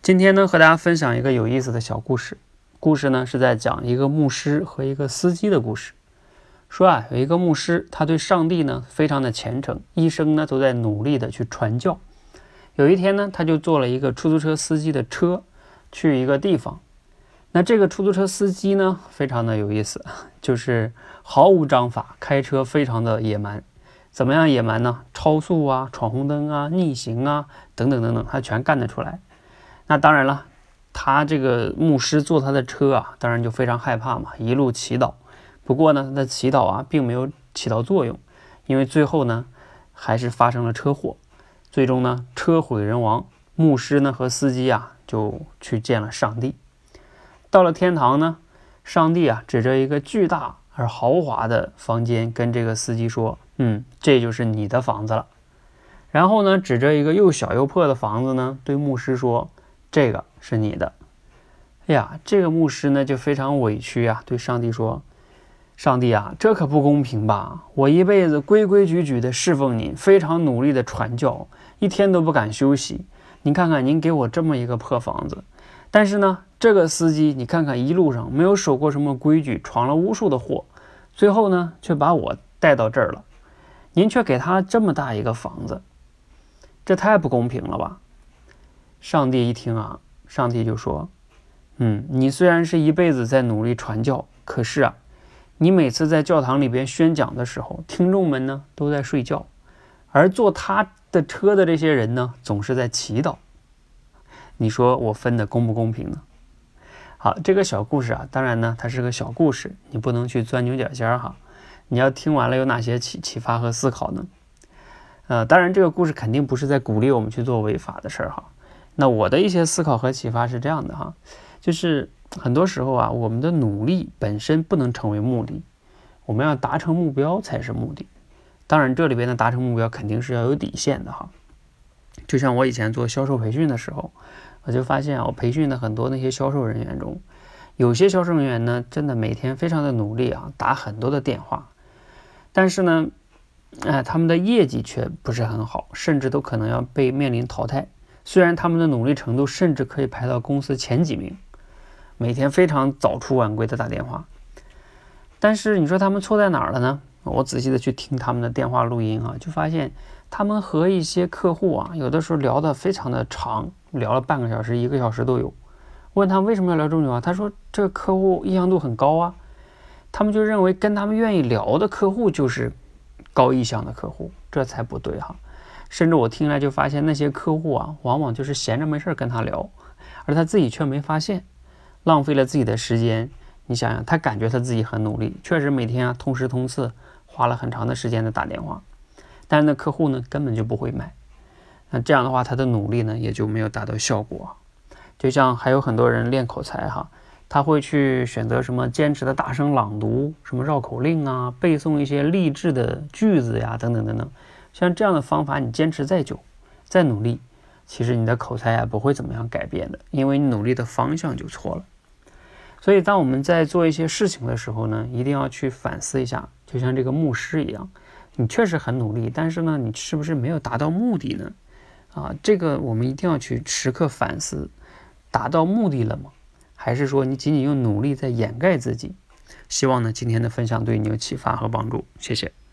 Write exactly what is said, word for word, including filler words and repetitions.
今天呢，和大家分享一个有意思的小故事。故事呢是在讲一个牧师和一个司机的故事。说啊，有一个牧师，他对上帝呢非常的虔诚，一生呢都在努力的去传教。有一天呢，他就坐了一个出租车司机的车去一个地方。那这个出租车司机呢，非常的有意思，就是毫无章法，开车非常的野蛮。怎么样野蛮呢？超速啊，闯红灯啊，逆行啊，等等等等，他全干得出来。那当然了，他这个牧师坐他的车啊，当然就非常害怕嘛，一路祈祷。不过呢，他的祈祷啊，并没有起到作用，因为最后呢，还是发生了车祸，最终呢，车毁人亡。牧师呢和司机啊，就去见了上帝。到了天堂呢，上帝啊，指着一个巨大而豪华的房间，跟这个司机说：“嗯，这就是你的房子了。”然后呢，指着一个又小又破的房子呢，对牧师说：“这个是你的。”哎呀，这个牧师呢就非常委屈啊，对上帝说：“上帝啊，这可不公平吧！我一辈子规规矩矩的侍奉您，非常努力的传教，一天都不敢休息。您看看，您给我这么一个破房子，但是呢，这个司机你看看一路上没有守过什么规矩，闯了无数的祸，最后呢却把我带到这儿了，您却给他这么大一个房子，这太不公平了吧？”上帝一听啊，上帝就说：“嗯，你虽然是一辈子在努力传教，可是啊，你每次在教堂里边宣讲的时候，听众们呢都在睡觉，而坐他的车的这些人呢，总是在祈祷。你说我分的公不公平呢？”好，这个小故事啊，当然呢，它是个小故事，你不能去钻牛角尖哈。你要听完了有哪些启启发和思考呢？呃，当然这个故事肯定不是在鼓励我们去做违法的事儿哈。那我的一些思考和启发是这样的哈，就是很多时候啊，我们的努力本身不能成为目的，我们要达成目标才是目的。当然这里边的达成目标肯定是要有底线的哈。就像我以前做销售培训的时候，我就发现啊，我培训的很多那些销售人员中，有些销售人员呢，真的每天非常的努力啊，打很多的电话，但是呢，哎，他们的业绩却不是很好，甚至都可能要被面临淘汰。虽然他们的努力程度甚至可以排到公司前几名，每天非常早出晚归的打电话，但是你说他们错在哪儿了呢？我仔细的去听他们的电话录音啊，就发现他们和一些客户啊，有的时候聊得非常的长，聊了半个小时、一个小时都有。问他们为什么要聊这么久啊？他说这个客户意向度很高啊，他们就认为跟他们愿意聊的客户就是高意向的客户，这才不对哈。甚至我听来就发现那些客户啊，往往就是闲着没事跟他聊，而他自己却没发现，浪费了自己的时间。你想想，他感觉他自己很努力，确实每天啊通时通次花了很长的时间的打电话，但是那客户呢根本就不会买。那这样的话，他的努力呢也就没有达到效果。就像还有很多人练口才哈，他会去选择什么坚持的大声朗读，什么绕口令啊，背诵一些励志的句子呀，等等等等。像这样的方法，你坚持再久再努力，其实你的口才啊不会怎么样改变的，因为你努力的方向就错了。所以当我们在做一些事情的时候呢，一定要去反思一下，就像这个牧师一样，你确实很努力，但是呢，你是不是没有达到目的呢？啊，这个我们一定要去时刻反思，达到目的了吗？还是说你仅仅用努力在掩盖自己？希望呢今天的分享对你有启发和帮助，谢谢。